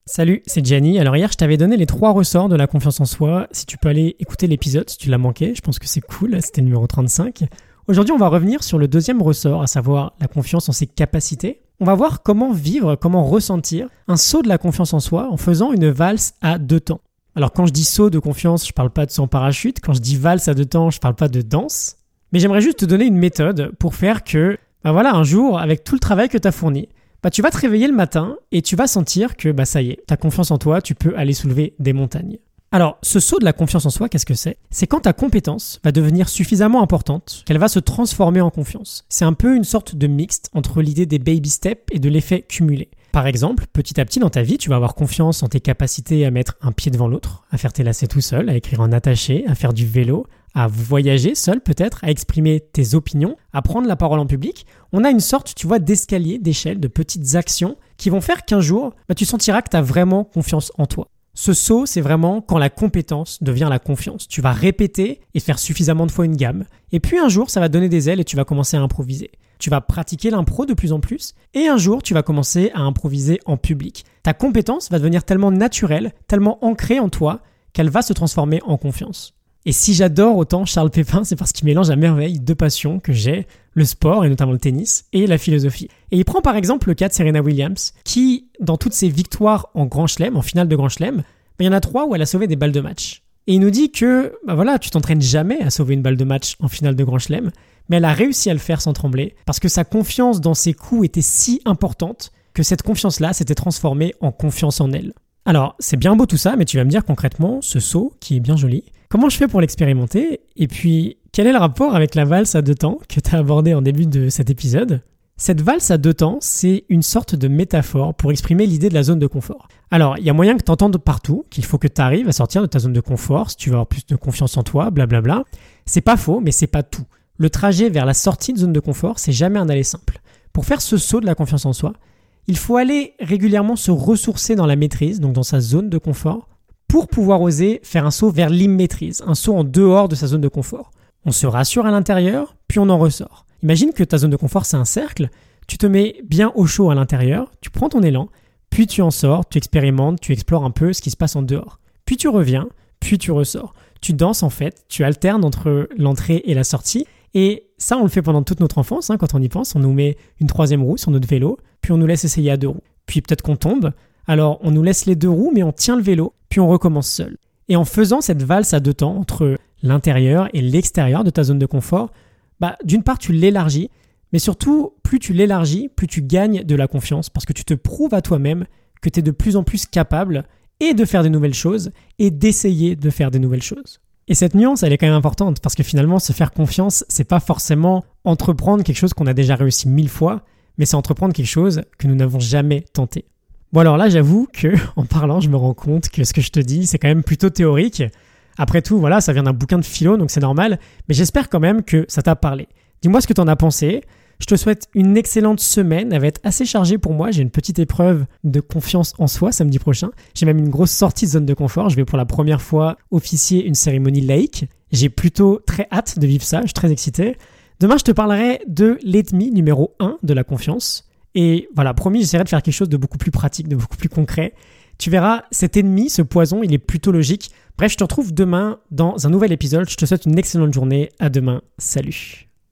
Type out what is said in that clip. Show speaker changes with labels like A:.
A: Salut, c'est Gianni. Alors hier, je t'avais donné les 3 ressorts de la confiance en soi. Si tu peux aller écouter l'épisode, si tu l'as manqué, je pense que c'est cool, c'était le numéro 35. Aujourd'hui, on va revenir sur le deuxième ressort, à savoir la confiance en ses capacités. On va voir comment vivre, comment ressentir un saut de la confiance en soi en faisant une valse à 2 temps. Alors quand je dis saut de confiance, je parle pas de saut en parachute. Quand je dis valse à 2 temps, je parle pas de danse. Mais j'aimerais juste te donner une méthode pour faire que, un jour, avec tout le travail que tu as fourni, tu vas te réveiller le matin et tu vas sentir que ça y est, ta confiance en toi, tu peux aller soulever des montagnes. Alors, ce saut de la confiance en soi, qu'est-ce que c'est ? C'est quand ta compétence va devenir suffisamment importante qu'elle va se transformer en confiance. C'est un peu une sorte de mixte entre l'idée des baby steps et de l'effet cumulé. Par exemple, petit à petit dans ta vie, tu vas avoir confiance en tes capacités à mettre un pied devant l'autre, à faire tes lacets tout seul, à écrire en attaché, à faire du vélo, à voyager seul peut-être, à exprimer tes opinions, à prendre la parole en public. On a une sorte, d'escalier, d'échelle, de petites actions qui vont faire qu'un jour, tu sentiras que tu as vraiment confiance en toi. Ce saut, c'est vraiment quand la compétence devient la confiance. Tu vas répéter et faire suffisamment de fois une gamme. Et puis un jour, ça va te donner des ailes et tu vas commencer à improviser. Tu vas pratiquer l'impro de plus en plus. Et un jour, tu vas commencer à improviser en public. Ta compétence va devenir tellement naturelle, tellement ancrée en toi, qu'elle va se transformer en confiance. Et si j'adore autant Charles Pépin, c'est parce qu'il mélange à merveille 2 passions que j'ai, le sport et notamment le tennis, et la philosophie. Et il prend par exemple le cas de Serena Williams, qui, dans toutes ses victoires en Grand Chelem, en finale de Grand Chelem, il y en a 3 où elle a sauvé des balles de match. Et il nous dit que, tu t'entraînes jamais à sauver une balle de match en finale de Grand Chelem, mais elle a réussi à le faire sans trembler, parce que sa confiance dans ses coups était si importante que cette confiance-là s'était transformée en confiance en elle. Alors, c'est bien beau tout ça, mais tu vas me dire concrètement, ce saut, qui est bien joli, comment je fais pour l'expérimenter ? Et puis, quel est le rapport avec la valse à 2 temps que tu as abordé en début de cet épisode ? Cette valse à 2 temps, c'est une sorte de métaphore pour exprimer l'idée de la zone de confort. Alors, il y a moyen que tu entendes partout qu'il faut que tu arrives à sortir de ta zone de confort si tu veux avoir plus de confiance en toi, blablabla. C'est pas faux, mais c'est pas tout. Le trajet vers la sortie de zone de confort, c'est jamais un aller simple. Pour faire ce saut de la confiance en soi, il faut aller régulièrement se ressourcer dans la maîtrise, donc dans sa zone de confort, pour pouvoir oser faire un saut vers l'immaîtrise, un saut en dehors de sa zone de confort. On se rassure à l'intérieur, puis on en ressort. Imagine que ta zone de confort, c'est un cercle, tu te mets bien au chaud à l'intérieur, tu prends ton élan, puis tu en sors, tu expérimentes, tu explores un peu ce qui se passe en dehors. Puis tu reviens, puis tu ressors. Tu danses en fait, tu alternes entre l'entrée et la sortie, et ça on le fait pendant toute notre enfance, quand on y pense, on nous met une 3e roue sur notre vélo, puis on nous laisse essayer à 2 roues. Puis peut-être qu'on tombe, alors on nous laisse les 2 roues, mais on tient le vélo, puis on recommence seul. Et en faisant cette valse à 2 temps entre l'intérieur et l'extérieur de ta zone de confort, d'une part tu l'élargis, mais surtout plus tu l'élargis, plus tu gagnes de la confiance parce que tu te prouves à toi-même que tu es de plus en plus capable et de faire des nouvelles choses et d'essayer de faire des nouvelles choses. Et cette nuance, elle est quand même importante parce que finalement, se faire confiance, c'est pas forcément entreprendre quelque chose qu'on a déjà réussi 1000 fois, mais c'est entreprendre quelque chose que nous n'avons jamais tenté. Bon alors là, j'avoue que en parlant, je me rends compte que ce que je te dis, c'est quand même plutôt théorique. Après tout, ça vient d'un bouquin de philo, donc c'est normal, mais j'espère quand même que ça t'a parlé. Dis-moi ce que t'en as pensé. Je te souhaite une excellente semaine. Elle va être assez chargée pour moi. J'ai une petite épreuve de confiance en soi samedi prochain. J'ai même une grosse sortie de zone de confort. Je vais pour la première fois officier une cérémonie laïque. J'ai plutôt très hâte de vivre ça. Je suis très excité. Demain, je te parlerai de l'ennemi numéro 1 de la confiance. Et promis, j'essaierai de faire quelque chose de beaucoup plus pratique, de beaucoup plus concret. Tu verras, cet ennemi, ce poison, il est plutôt logique. Bref, je te retrouve demain dans un nouvel épisode. Je te souhaite une excellente journée. À demain. Salut.